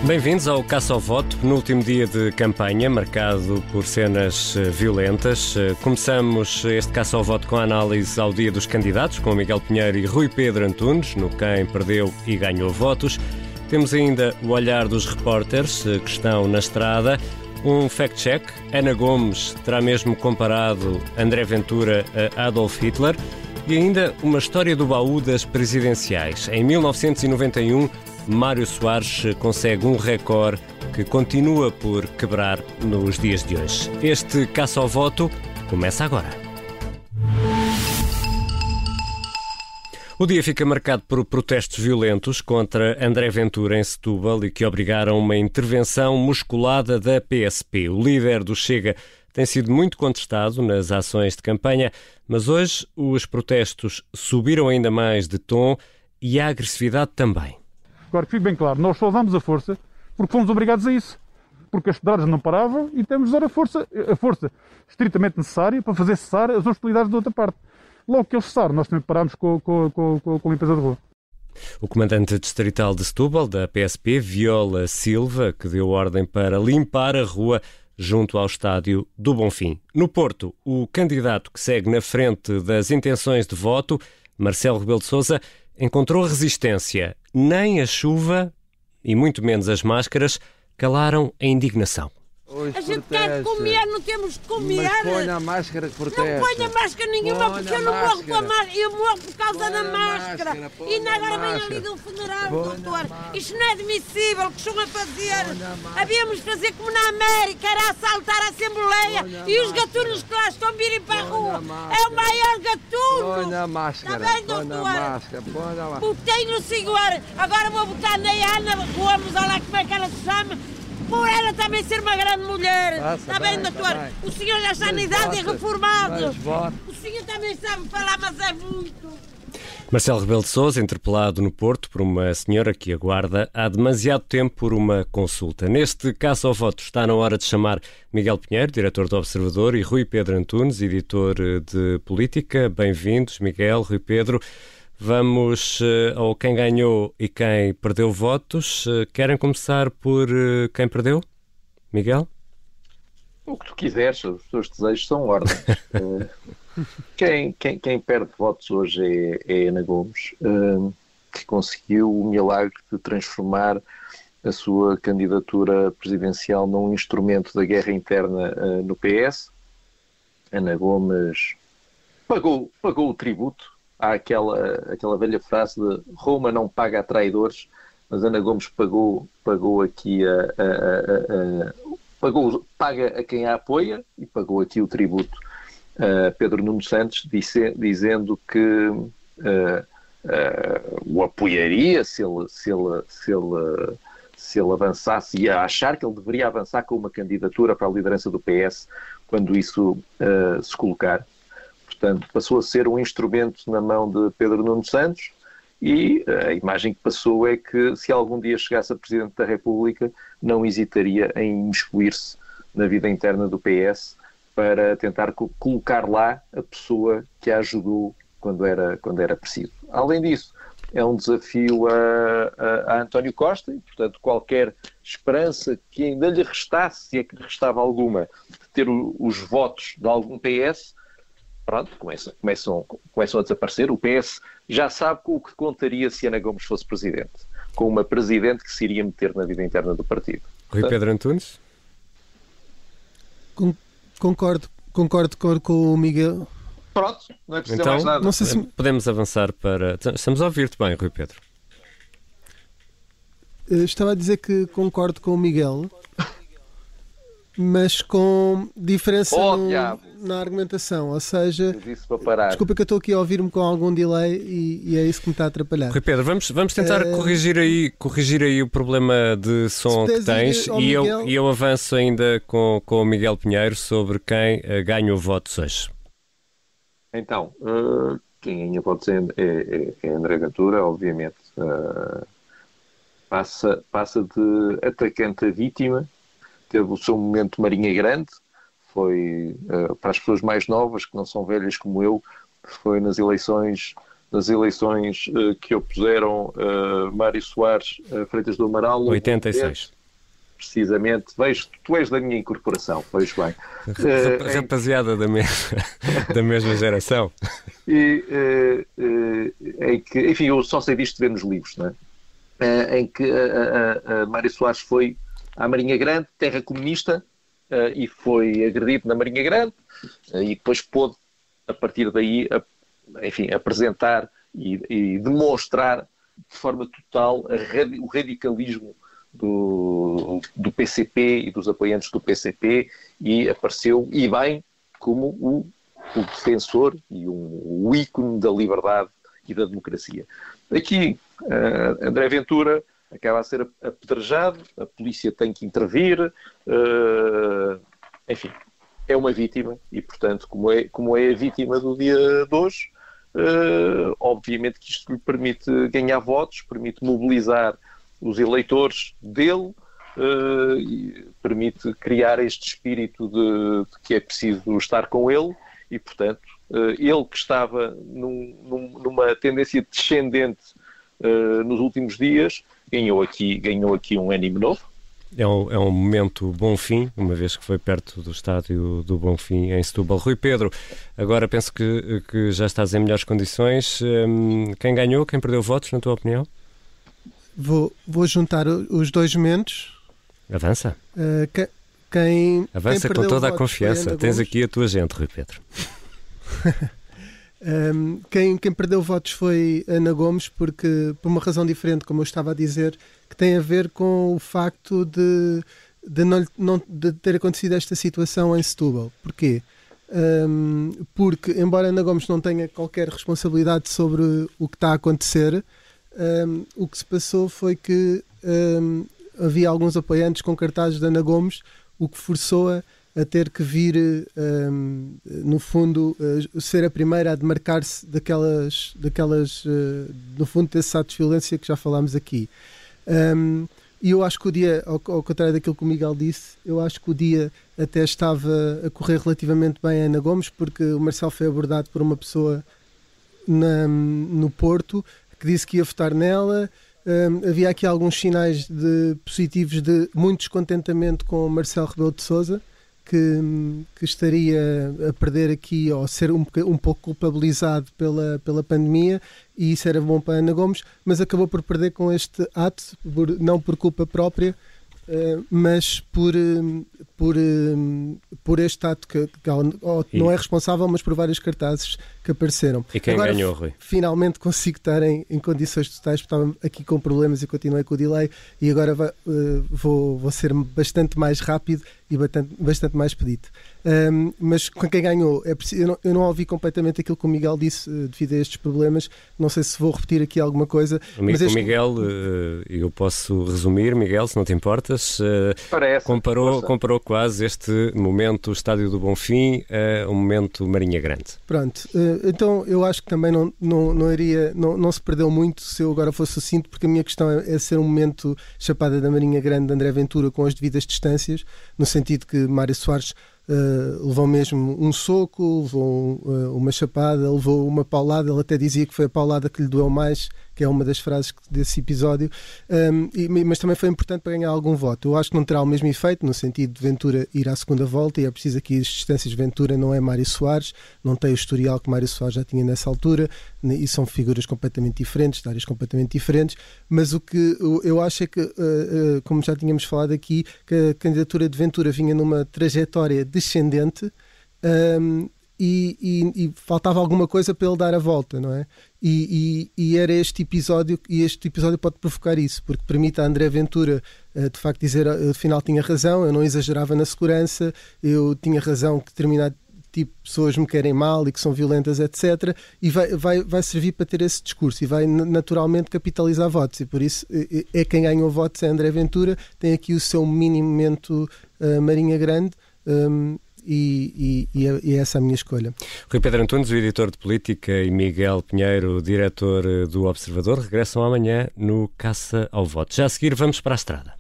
Bem-vindos ao Caça ao Voto, no último dia de campanha, marcado por cenas violentas. Começamos este Caça ao Voto com a análise ao dia dos candidatos, com Miguel Pinheiro e Rui Pedro Antunes, no quem perdeu e ganhou votos. Temos ainda o olhar dos repórteres que estão na estrada. Um fact-check. Ana Gomes terá mesmo comparado André Ventura a Adolf Hitler. E ainda uma história do baú das presidenciais. Em 1991, Mário Soares consegue um recorde que continua por quebrar nos dias de hoje. Este Caça ao Voto começa agora. O dia fica marcado por protestos violentos contra André Ventura em Setúbal e que obrigaram uma intervenção musculada da PSP. O líder do Chega tem sido muito contestado nas ações de campanha, mas hoje os protestos subiram ainda mais de tom e a agressividade também. Agora que fique bem claro, nós só usamos a força porque fomos obrigados a isso. Porque as pedradas não paravam e temos de usar a força estritamente necessária para fazer cessar as hostilidades da outra parte. Logo que eles cessaram, nós também parámos com a limpeza de rua. O comandante distrital de Setúbal, da PSP, Viola Silva, que deu ordem para limpar a rua junto ao estádio do Bonfim. No Porto, o candidato que segue na frente das intenções de voto, Marcelo Rebelo de Sousa, encontrou resistência. Nem a chuva, e muito menos as máscaras, calaram a indignação. A gente quer comer, não temos de comer. Mas põe a máscara que protege. Não ponha máscara nenhuma, porque eu não morro com a máscara. Eu morro por causa da máscara. E ainda agora vem ali de um funeral, doutor. Isto não é admissível o que estão a fazer. Havíamos de fazer como na América, era assaltar a Assembleia e os gatunos que lá estão virem para a rua. É o maior gatuno. Põe a máscara. Está bem, doutor? Botei no senhor. Agora vou botar na Ana Gomes, olha lá como é que ela se chama. Por ela também ser uma grande mulher. Está bem, doutor? O senhor já está na idade e reformado. O senhor também sabe falar, mas é muito. Marcelo Rebelo de Sousa, interpelado no Porto por uma senhora que aguarda há demasiado tempo por uma consulta. Neste Caça ao Voto está na hora de chamar Miguel Pinheiro, diretor do Observador, e Rui Pedro Antunes, editor de Política. Bem-vindos, Miguel, Rui Pedro. Vamos ao quem ganhou e quem perdeu votos. Querem começar por quem perdeu? Miguel? O que tu quiseres, os teus desejos são ordens. Quem perde votos hoje é Ana Gomes, que conseguiu o milagre de transformar a sua candidatura presidencial num instrumento da guerra interna no PS. Ana Gomes pagou o tributo. Há aquela velha frase de Roma não paga a traidores, mas Ana Gomes pagou aqui paga a quem a apoia e pagou aqui o tributo a Pedro Nuno Santos, dizendo que o apoiaria se ele avançasse e a achar que ele deveria avançar com uma candidatura para a liderança do PS quando isso se colocar. Portanto, passou a ser um instrumento na mão de Pedro Nuno Santos e a imagem que passou é que, se algum dia chegasse a Presidente da República, não hesitaria em imiscuir-se na vida interna do PS para tentar colocar lá a pessoa que a ajudou quando era preciso. Além disso, é um desafio a António Costa e, portanto, qualquer esperança que ainda lhe restasse, se é que lhe restava alguma, de ter os votos de algum PS, pronto, começam a desaparecer. O PS já sabe com o que contaria se Ana Gomes fosse presidente. Com uma presidente que se iria meter na vida interna do partido. Rui Pedro Antunes? Concordo com o Miguel. Pronto, não é preciso então, mais nada. Não sei se... Podemos avançar para... Estamos a ouvir-te bem, Rui Pedro. Estava a dizer que concordo com o Miguel, mas com diferença na argumentação, ou seja, desculpa que eu estou aqui a ouvir-me com algum delay e é isso que me está a atrapalhar. Rui Pedro, vamos tentar corrigir aí o problema de som que tens e eu avanço ainda com o Miguel Pinheiro sobre quem ganha votos hoje. Então, quem ganha votos é André Ventura, obviamente. Passa de atacante a vítima. Teve o seu momento Marinha Grande, foi para as pessoas mais novas, que não são velhas como eu, foi nas eleições nas eleições que opuseram Mário Soares Freitas do Amaral. 86. Precisamente, vejo, tu és da minha incorporação, vejo bem. Rapaziada da mesma geração. Em que, enfim, eu só sei disto de ver nos livros, não é? Em que a Mário Soares foi à Marinha Grande, terra comunista, e foi agredido na Marinha Grande, e depois pôde, a partir daí, enfim, apresentar e demonstrar de forma total o radicalismo do PCP e dos apoiantes do PCP, e apareceu, e bem, como o defensor e o ícone da liberdade e da democracia. Aqui, André Ventura acaba a ser apedrejado, a polícia tem que intervir, enfim, é uma vítima, e portanto, como é a vítima do dia de hoje, obviamente que isto lhe permite ganhar votos, permite mobilizar os eleitores dele, permite criar este espírito de que é preciso estar com ele, e portanto, ele que estava numa tendência descendente nos últimos dias, ganhou aqui um ânimo novo. É um momento Bonfim, uma vez que foi perto do estádio do Bonfim em Setúbal. Rui Pedro, agora penso que já estás em melhores condições. Quem ganhou, quem perdeu votos, na tua opinião? Vou juntar os dois momentos. Avança. Avança com toda a confiança. Tens aqui a tua gente, Rui Pedro. Quem perdeu votos foi Ana Gomes, porque por uma razão diferente, como eu estava a dizer, que tem a ver com o facto de ter acontecido esta situação em Setúbal. Porquê? Porque, embora Ana Gomes não tenha qualquer responsabilidade sobre o que está a acontecer, o que se passou foi que havia alguns apoiantes com cartazes de Ana Gomes, o que forçou-a a ter que vir, no fundo, ser a primeira a demarcar-se daquelas no fundo, desses atos de violência que já falámos aqui. E eu acho que o dia, ao contrário daquilo que o Miguel disse, eu acho que o dia até estava a correr relativamente bem a Ana Gomes, porque o Marcelo foi abordado por uma pessoa no Porto, que disse que ia votar nela. Havia aqui alguns sinais positivos de muito descontentamento com o Marcelo Rebelo de Sousa, que estaria a perder aqui, ou a ser um pouco culpabilizado pela pandemia, e isso era bom para Ana Gomes, mas acabou por perder com este ato, não por culpa própria, mas por este ato que não é responsável, mas por vários cartazes que apareceram. E quem agora, ganhou, Rui? Finalmente consigo estar em condições totais, porque estava aqui com problemas e continuei com o delay, e agora vou ser bastante mais rápido e bastante mais pedido. Mas quem ganhou, eu não ouvi completamente aquilo que o Miguel disse devido a estes problemas. Não sei se vou repetir aqui alguma coisa. O Miguel, eu posso resumir, Miguel, se não te importas, comparou quase este momento Estádio do Bonfim a um momento Marinha Grande. Pronto, então eu acho que também não se perdeu muito se eu agora fosse sucinto, porque a minha questão é ser um momento Chapada da Marinha Grande de André Ventura com as devidas distâncias, no sentido que Mário Soares levou mesmo um soco, levou uma chapada, levou uma paulada. Ele até dizia que foi a paulada que lhe doeu mais, que é uma das frases desse episódio, mas também foi importante para ganhar algum voto. Eu acho que não terá o mesmo efeito, no sentido de Ventura ir à segunda volta, e é preciso aqui as distâncias. Ventura não é Mário Soares, não tem o historial que Mário Soares já tinha nessa altura, e são figuras completamente diferentes, de áreas completamente diferentes, mas o que eu acho é que, como já tínhamos falado aqui, que a candidatura de Ventura vinha numa trajetória descendente, e faltava alguma coisa para ele dar a volta, não é? E era este episódio, e este episódio pode provocar isso, porque permite a André Ventura de facto dizer, afinal tinha razão, eu não exagerava na segurança, eu tinha razão que determinado tipo de pessoas me querem mal e que são violentas, etc. E vai servir para ter esse discurso e vai naturalmente capitalizar votos, e por isso é quem ganhou votos é André Ventura, tem aqui o seu mini momento Marinha Grande, e é essa a minha escolha. Rui Pedro Antunes, o editor de política, e Miguel Pinheiro, o diretor do Observador, regressam amanhã no Caça ao Voto. Já a seguir vamos para a estrada.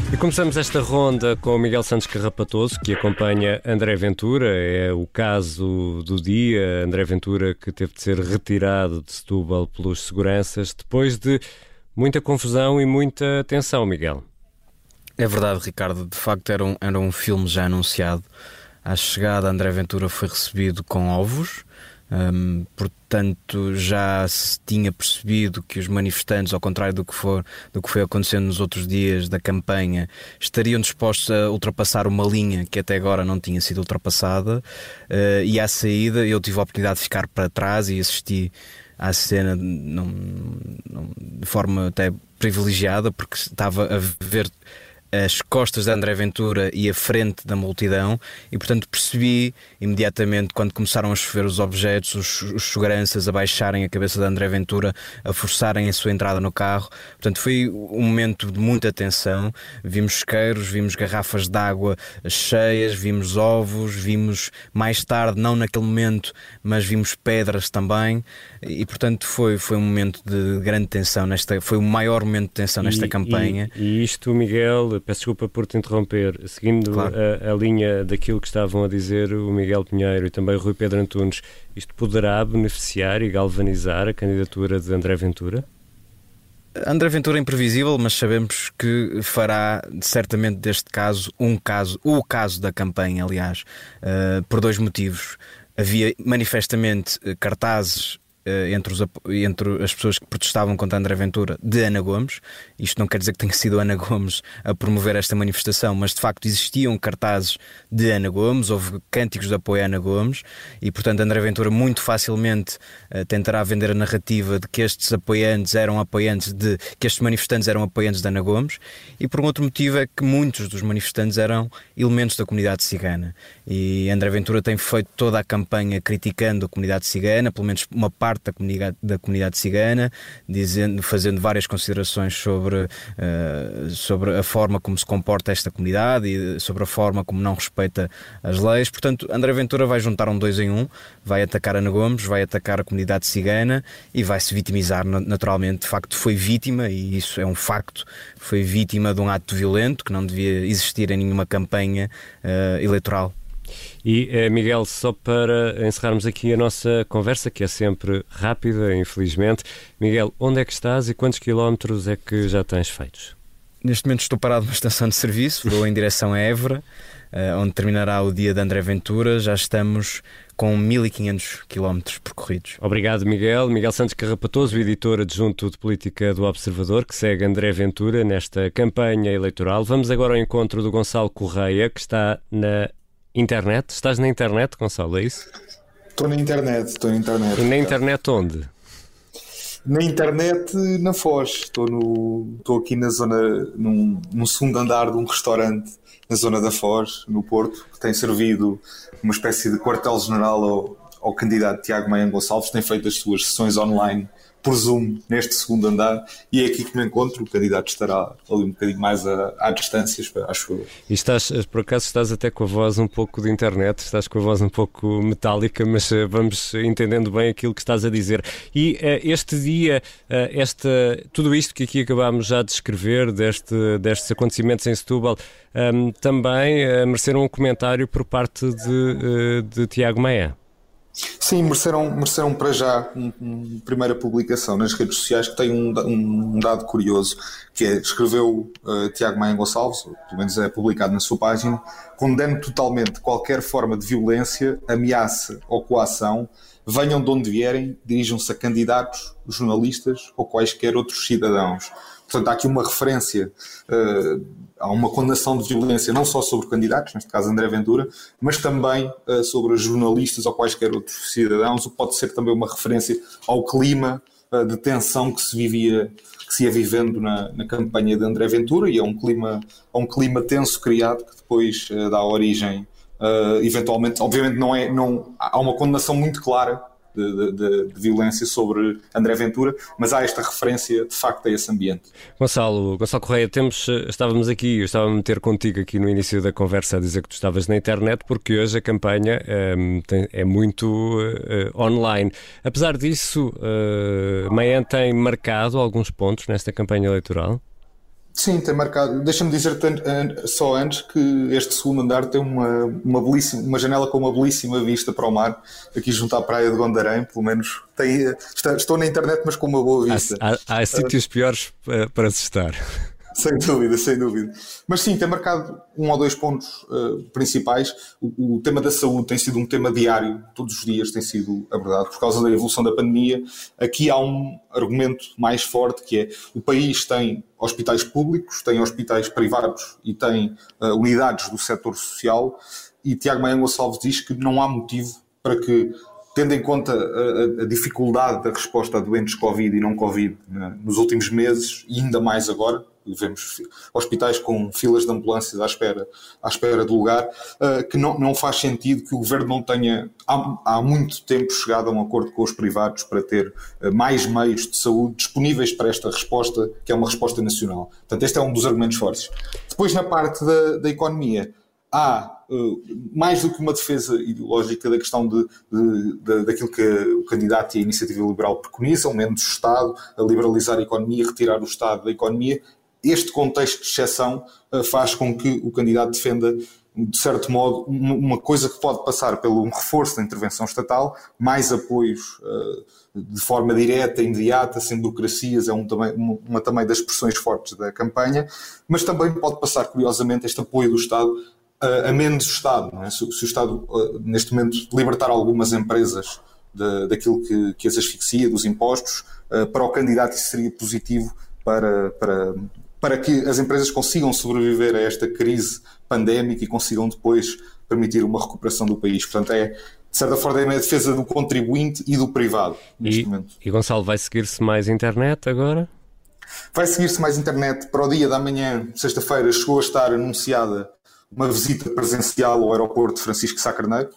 E começamos esta ronda com o Miguel Santos Carrapatoso, que acompanha André Ventura. É o caso do dia. André Ventura, que teve de ser retirado de Setúbal pelos seguranças depois de muita confusão e muita tensão, Miguel. É verdade, Ricardo. De facto, era um filme já anunciado. À chegada, André Ventura foi recebido com ovos. Portanto, já se tinha percebido que os manifestantes, ao contrário do que foi acontecendo nos outros dias da campanha, estariam dispostos a ultrapassar uma linha que até agora não tinha sido ultrapassada, e à saída eu tive a oportunidade de ficar para trás e assisti à cena de forma até privilegiada, porque estava a ver as costas de André Ventura e a frente da multidão, e portanto percebi imediatamente, quando começaram a chover os objetos, os seguranças a baixarem a cabeça de André Ventura, a forçarem a sua entrada no carro. Portanto, foi um momento de muita tensão. Vimos isqueiros, vimos garrafas de água cheias, vimos ovos, vimos mais tarde, não naquele momento, mas vimos pedras também, e portanto foi um momento de grande tensão, foi o maior momento de tensão nesta campanha. E isto, Miguel, peço desculpa por te interromper, seguindo claro, a linha daquilo que estavam a dizer o Miguel Pinheiro e também o Rui Pedro Antunes, isto poderá beneficiar e galvanizar a candidatura de André Ventura? André Ventura é imprevisível, mas sabemos que fará certamente deste caso o caso da campanha, aliás, por dois motivos. Havia manifestamente cartazes entre as pessoas que protestavam contra André Ventura de Ana Gomes. Isto não quer dizer que tenha sido Ana Gomes a promover esta manifestação, mas de facto existiam cartazes de Ana Gomes, houve cânticos de apoio a Ana Gomes, e portanto André Ventura muito facilmente tentará vender a narrativa de que estes manifestantes eram apoiantes de Ana Gomes, e por um outro motivo é que muitos dos manifestantes eram elementos da comunidade cigana, e André Ventura tem feito toda a campanha criticando a comunidade cigana, pelo menos uma parte da comunidade cigana, fazendo várias considerações sobre a forma como se comporta esta comunidade e sobre a forma como não respeita as leis. Portanto, André Ventura vai juntar um 2 em 1, vai atacar Ana Gomes, vai atacar a comunidade cigana e vai se vitimizar naturalmente. De facto foi vítima, e isso é um facto, foi vítima de um ato violento que não devia existir em nenhuma campanha eleitoral. E, Miguel, só para encerrarmos aqui a nossa conversa, que é sempre rápida, infelizmente. Miguel, onde é que estás e quantos quilómetros é que já tens feitos? Neste momento estou parado numa estação de serviço, vou em direção a Évora, onde terminará o dia de André Ventura. Já estamos com 1500 quilómetros percorridos. Obrigado, Miguel. Miguel Santos Carrapatoso, editor adjunto de política do Observador, que segue André Ventura nesta campanha eleitoral. Vamos agora ao encontro do Gonçalo Correia, que está na internet. Estás na internet, Gonçalo, é isso? Estou na internet. E na internet onde? Na internet, na Foz. Estou aqui na zona, num segundo andar de um restaurante na zona da Foz, no Porto, que tem servido uma espécie de quartel-general ao candidato Tiago Maia Gonçalves. Tem feito as suas sessões online por Zoom neste segundo andar, e é aqui que me encontro. O candidato estará ali um bocadinho mais à distância, acho eu. E por acaso estás até com a voz um pouco de internet, estás com a voz um pouco metálica, mas vamos entendendo bem aquilo que estás a dizer. E este dia, tudo isto que aqui acabámos já de descrever, destes acontecimentos em Setúbal, também mereceram um comentário por parte de Tiago Maia. Sim, mereceram para já uma primeira publicação nas redes sociais, que tem um dado curioso, que escreveu Tiago Maia Gonçalves, pelo menos é publicado na sua página: condeno totalmente qualquer forma de violência, ameaça ou coação, venham de onde vierem, dirijam-se a candidatos, jornalistas ou quaisquer outros cidadãos. Portanto, há aqui uma referência a uma condenação de violência, não só sobre candidatos, neste caso André Ventura, mas também sobre jornalistas ou quaisquer outros cidadãos, o que pode ser também uma referência ao clima de tensão que se ia vivendo na campanha de André Ventura, e a um clima tenso criado, que depois dá origem, eventualmente, obviamente há uma condenação muito clara de violência sobre André Ventura, mas há esta referência de facto a esse ambiente. Gonçalo Correia, estávamos aqui, eu estava a meter contigo aqui no início da conversa a dizer que tu estavas na internet, porque hoje a campanha é muito online. Apesar disso, Maia tem marcado alguns pontos nesta campanha eleitoral? Sim, tem marcado. Deixa-me dizer só antes que este segundo andar tem uma janela com uma belíssima vista para o mar, aqui junto à praia de Gondarém, pelo menos estou na internet, mas com uma boa vista. Há sítios piores para se estar. Sem dúvida, sem dúvida. Mas sim, tem marcado 1 ou 2 pontos principais. O tema da saúde tem sido um tema diário, todos os dias tem sido abordado por causa da evolução da pandemia. Aqui há um argumento mais forte, que é: o país tem hospitais públicos, tem hospitais privados e tem unidades do setor social, e Tiago Maia Gonçalves diz que não há motivo para que, tendo em conta a dificuldade da resposta a doentes Covid e não Covid nos últimos meses, e ainda mais agora, vemos hospitais com filas de ambulâncias à espera de lugar, que não faz sentido que o Governo não tenha há muito tempo chegado a um acordo com os privados para ter mais meios de saúde disponíveis para esta resposta, que é uma resposta nacional. Portanto, este é um dos argumentos fortes. Depois, na parte da economia, há mais do que uma defesa ideológica da questão daquilo que o candidato e a Iniciativa Liberal preconizam, menos Estado, a liberalizar a economia, retirar o Estado da economia. Este contexto de exceção faz com que o candidato defenda, de certo modo, uma coisa que pode passar pelo reforço da intervenção estatal, mais apoios de forma direta, imediata, sem burocracias, é uma também das expressões fortes da campanha, mas também pode passar, curiosamente, este apoio do Estado a menos Estado. Não é? Se o Estado, neste momento, libertar algumas empresas daquilo que as asfixia, dos impostos, para o candidato isso seria positivo para que as empresas consigam sobreviver a esta crise pandémica e consigam depois permitir uma recuperação do país. Portanto, de certa forma, é a defesa do contribuinte e do privado, neste momento. E Gonçalo, vai seguir-se mais internet agora? Vai seguir-se mais internet. Para o dia da manhã, sexta-feira, chegou a estar anunciada uma visita presencial ao aeroporto de Francisco Sá Carneiro,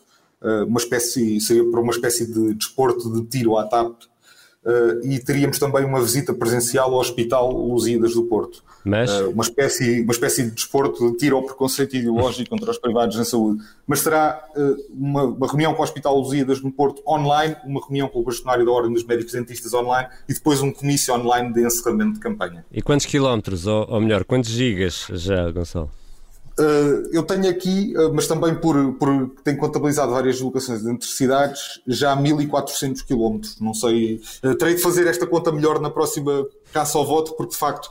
seria para uma espécie de desporto de tiro à TAP, e teríamos também uma visita presencial ao Hospital Lusíadas do Porto. Mas... uma espécie de desporto de tiro ao preconceito ideológico contra os privados na saúde. Mas será uma reunião com o Hospital Lusíadas no Porto online, uma reunião com o bastonário da Ordem dos Médicos Dentistas online e depois um comício online de encerramento de campanha. E quantos quilómetros, ou melhor, quantos gigas já, Gonçalo? Eu tenho aqui, mas também por tenho contabilizado várias deslocações entre cidades, já 1400 km. Não sei, terei de fazer esta conta melhor na próxima caça ao voto, porque de facto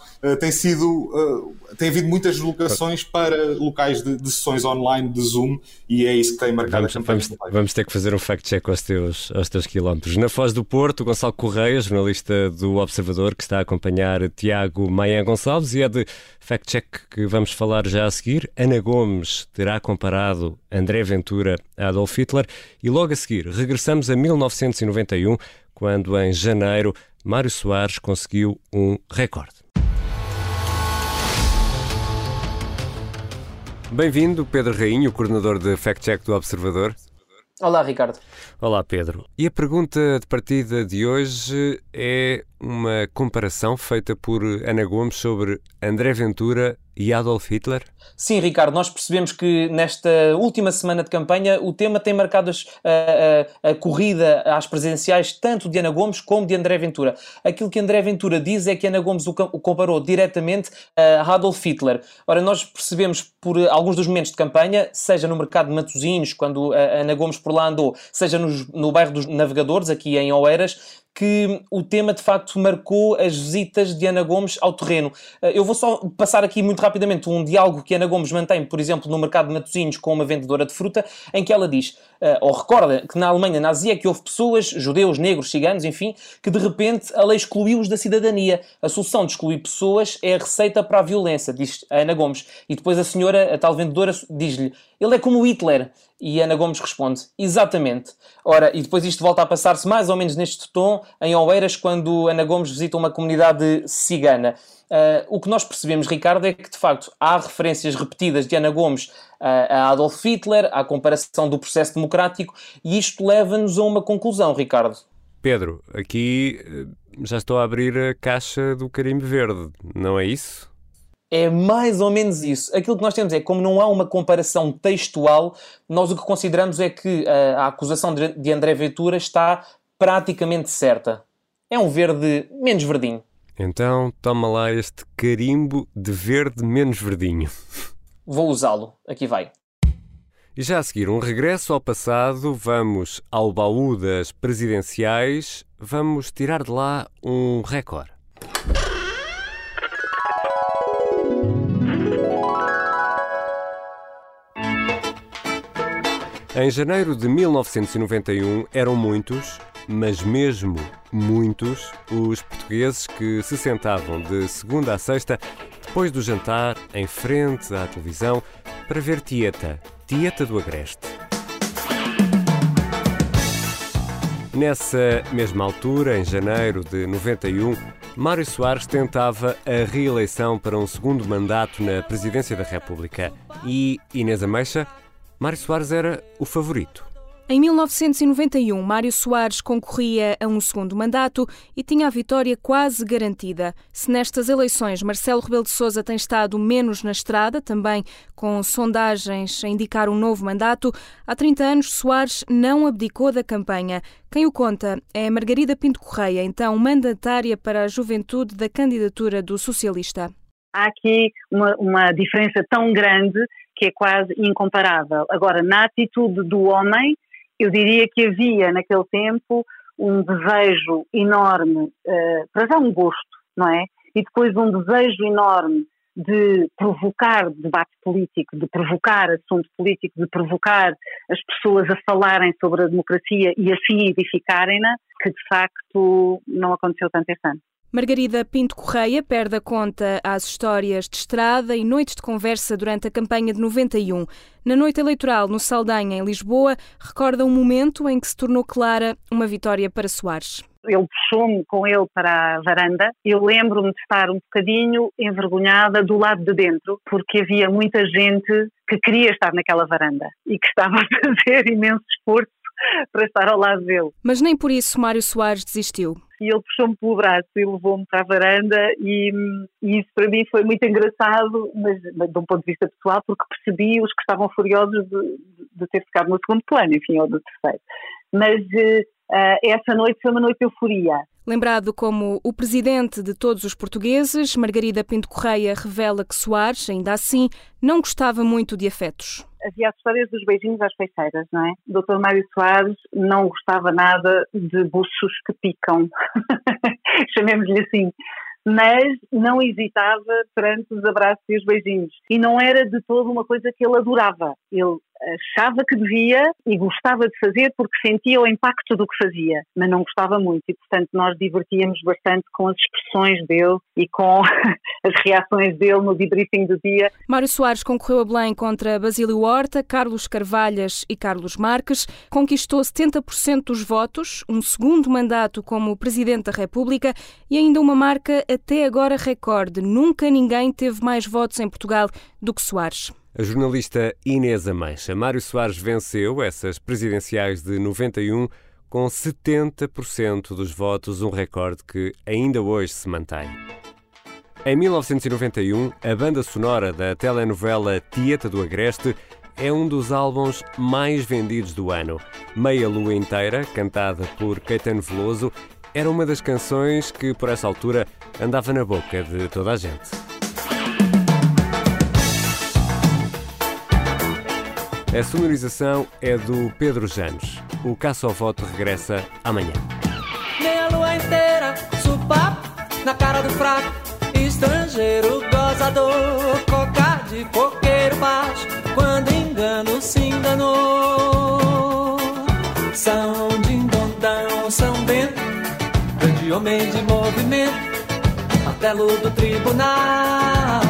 tem havido muitas deslocações para locais de sessões online, de Zoom, e é isso que tem marcado a campanha. Vamos ter que fazer um fact-check aos teus quilómetros. Na Foz do Porto, o Gonçalo Correia, jornalista do Observador, que está a acompanhar Tiago Maia Gonçalves, e é de fact-check que vamos falar já a seguir. Ana Gomes terá comparado André Ventura a Adolf Hitler, e logo a seguir regressamos a 1991, quando em janeiro Mário Soares conseguiu um recorde. Bem-vindo, Pedro Rainho, coordenador de fact-check do Observador. Olá, Ricardo. Olá, Pedro. E a pergunta de partida de hoje é uma comparação feita por Ana Gomes sobre André Ventura e Adolf Hitler? Sim, Ricardo, nós percebemos que nesta última semana de campanha o tema tem marcado a corrida às presidenciais tanto de Ana Gomes como de André Ventura. Aquilo que André Ventura diz é que Ana Gomes o comparou diretamente a Adolf Hitler. Ora, nós percebemos por alguns dos momentos de campanha, seja no mercado de Matosinhos, quando a Ana Gomes por lá andou, seja no bairro dos Navegadores, aqui em Oeiras, que o tema de facto marcou as visitas de Ana Gomes ao terreno. Eu vou só passar aqui muito rapidamente um diálogo que Ana Gomes mantém, por exemplo, no mercado de Matosinhos com uma vendedora de fruta, em que ela diz, ou recorda, que na Alemanha nazi é que houve pessoas, judeus, negros, ciganos, enfim, que de repente a lei excluiu-os da cidadania. A solução de excluir pessoas é a receita para a violência, diz a Ana Gomes. E depois a senhora, a tal vendedora, diz-lhe, ele é como Hitler. E Ana Gomes responde, exatamente. Ora, e depois isto volta a passar-se mais ou menos neste tom em Oeiras, quando Ana Gomes visita uma comunidade cigana. O que nós percebemos, Ricardo, é que de facto há referências repetidas de Ana Gomes a Adolf Hitler, à comparação do processo democrático, e isto leva-nos a uma conclusão, Ricardo. Pedro, aqui já estou a abrir a caixa do carimbo verde, não é isso? É mais ou menos isso. Aquilo que nós temos é que, como não há uma comparação textual, nós o que consideramos é que a acusação de André Ventura está praticamente certa. É um verde menos verdinho. Então, toma lá este carimbo de verde menos verdinho. Vou usá-lo. Aqui vai. E já a seguir, um regresso ao passado, vamos ao baú das presidenciais, vamos tirar de lá um recorde. Em janeiro de 1991 eram muitos, mas mesmo muitos, os portugueses que se sentavam de segunda a sexta, depois do jantar, em frente à televisão, para ver Tieta do Agreste. Nessa mesma altura, em janeiro de 91, Mário Soares tentava a reeleição para um segundo mandato na Presidência da República. E Inês Ameixa, Mário Soares era o favorito. Em 1991, Mário Soares concorria a um segundo mandato e tinha a vitória quase garantida. Se nestas eleições Marcelo Rebelo de Sousa tem estado menos na estrada, também com sondagens a indicar um novo mandato, há 30 anos Soares não abdicou da campanha. Quem o conta é Margarida Pinto Correia, então mandatária para a juventude da candidatura do socialista. Há aqui uma diferença tão grande que é quase incomparável. Agora, na atitude do homem, eu diria que havia naquele tempo um desejo enorme, para já um gosto, não é? E depois um desejo enorme de provocar debate político, de provocar assunto político, de provocar as pessoas a falarem sobre a democracia e assim edificarem-na, que de facto não aconteceu tanto este ano. Margarida Pinto Correia perde a conta às histórias de estrada e noites de conversa durante a campanha de 91. Na noite eleitoral no Saldanha, em Lisboa, recorda um momento em que se tornou clara uma vitória para Soares. Ele puxou-me com ele para a varanda. Eu lembro-me de estar um bocadinho envergonhada do lado de dentro, porque havia muita gente que queria estar naquela varanda e que estava a fazer imenso esforço para estar ao lado dele. Mas nem por isso Mário Soares desistiu. E ele puxou-me pelo braço e levou-me para a varanda e isso para mim foi muito engraçado, mas de um ponto de vista pessoal, porque percebi os que estavam furiosos de ter ficado no segundo plano, enfim, ou do terceiro. Mas essa noite foi uma noite de euforia. Lembrado como o presidente de todos os portugueses, Margarida Pinto Correia revela que Soares, ainda assim, não gostava muito de afetos. Havia as histórias dos beijinhos às feiçeiras, não é? O Dr. Mário Soares não gostava nada de buços que picam, chamemos-lhe assim, mas não hesitava perante os abraços e os beijinhos. E não era de todo uma coisa que ele adorava. Ele achava que devia e gostava de fazer porque sentia o impacto do que fazia, mas não gostava muito e, portanto, nós divertíamos bastante com as expressões dele e com as reações dele no debriefing do dia. Mário Soares concorreu a Belém contra Basílio Horta, Carlos Carvalhas e Carlos Marques, conquistou 70% dos votos, um segundo mandato como Presidente da República e ainda uma marca até agora recorde. Nunca ninguém teve mais votos em Portugal do que Soares. A jornalista Inês Ameixa. Mário Soares venceu essas presidenciais de 91 com 70% dos votos, um recorde que ainda hoje se mantém. Em 1991, a banda sonora da telenovela Tieta do Agreste é um dos álbuns mais vendidos do ano. Meia Lua Inteira, cantada por Caetano Veloso, era uma das canções que, por essa altura, andava na boca de toda a gente. A sonorização é do Pedro Janos. O Caça ao Voto regressa amanhã. Meia lua inteira, supapo na cara do fraco, estrangeiro gozador, cocar de coqueiro baixo, quando engano se enganou. São Dindondão, São Bento, grande homem de movimento, martelo do tribunal,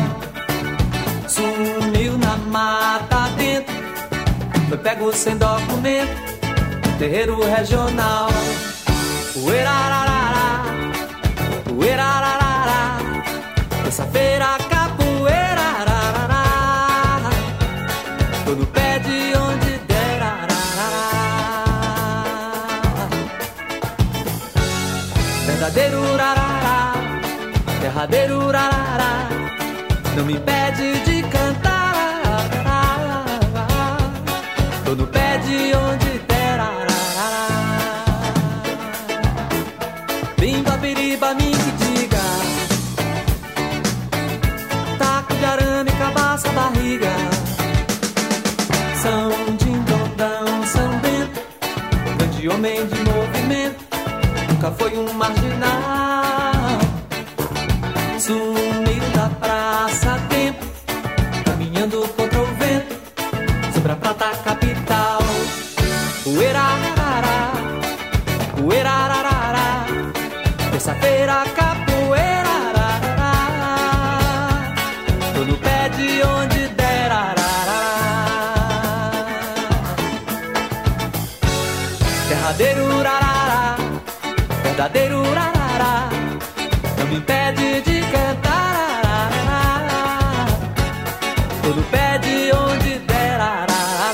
sumiu na mata dentro. Foi pego sem documento, terreiro regional. Uerararara, uerararara, terça-feira capoeira, arararara, tô no pé de onde der, arararara. Verdadeiro urarará, derradeiro urarará, não me impede de cantar. Tô no pé de onde der, ararará. Bimba, biriba, me que diga. do marginal. Sumiu da praça a tempo, caminhando contra o vento, sobre a prata capital. Uerarará, uerarará, terça-feira capoeira. Tô no pé de onde der arará. Derradeiro urarará, verdadeiro urarará, não me impede de cantar arará. Tô no pé de onde der arará.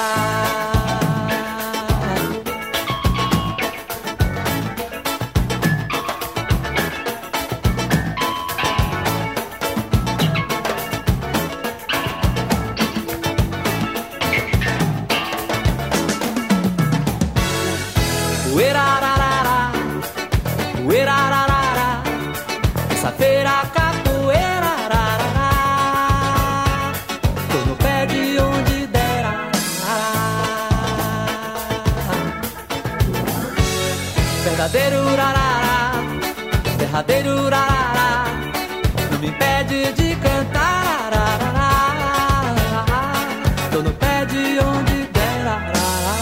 Uerarará, uerarará, terça-feira capoeira. Tô no pé de onde der arará. Verdadeiro urarará, derradeiro urarará, não me impede de cantar arará. Tô no pé de onde der arará.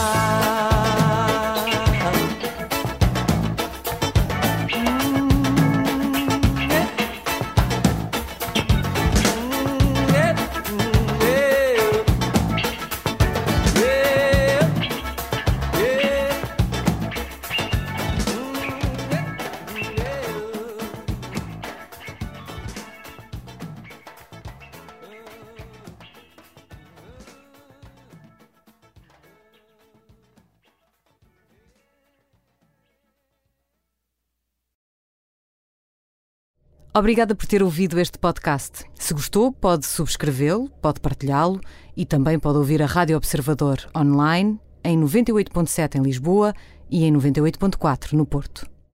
Obrigada por ter ouvido este podcast. Se gostou, pode subscrevê-lo, pode partilhá-lo e também pode ouvir a Rádio Observador online em 98.7 em Lisboa e em 98.4 no Porto.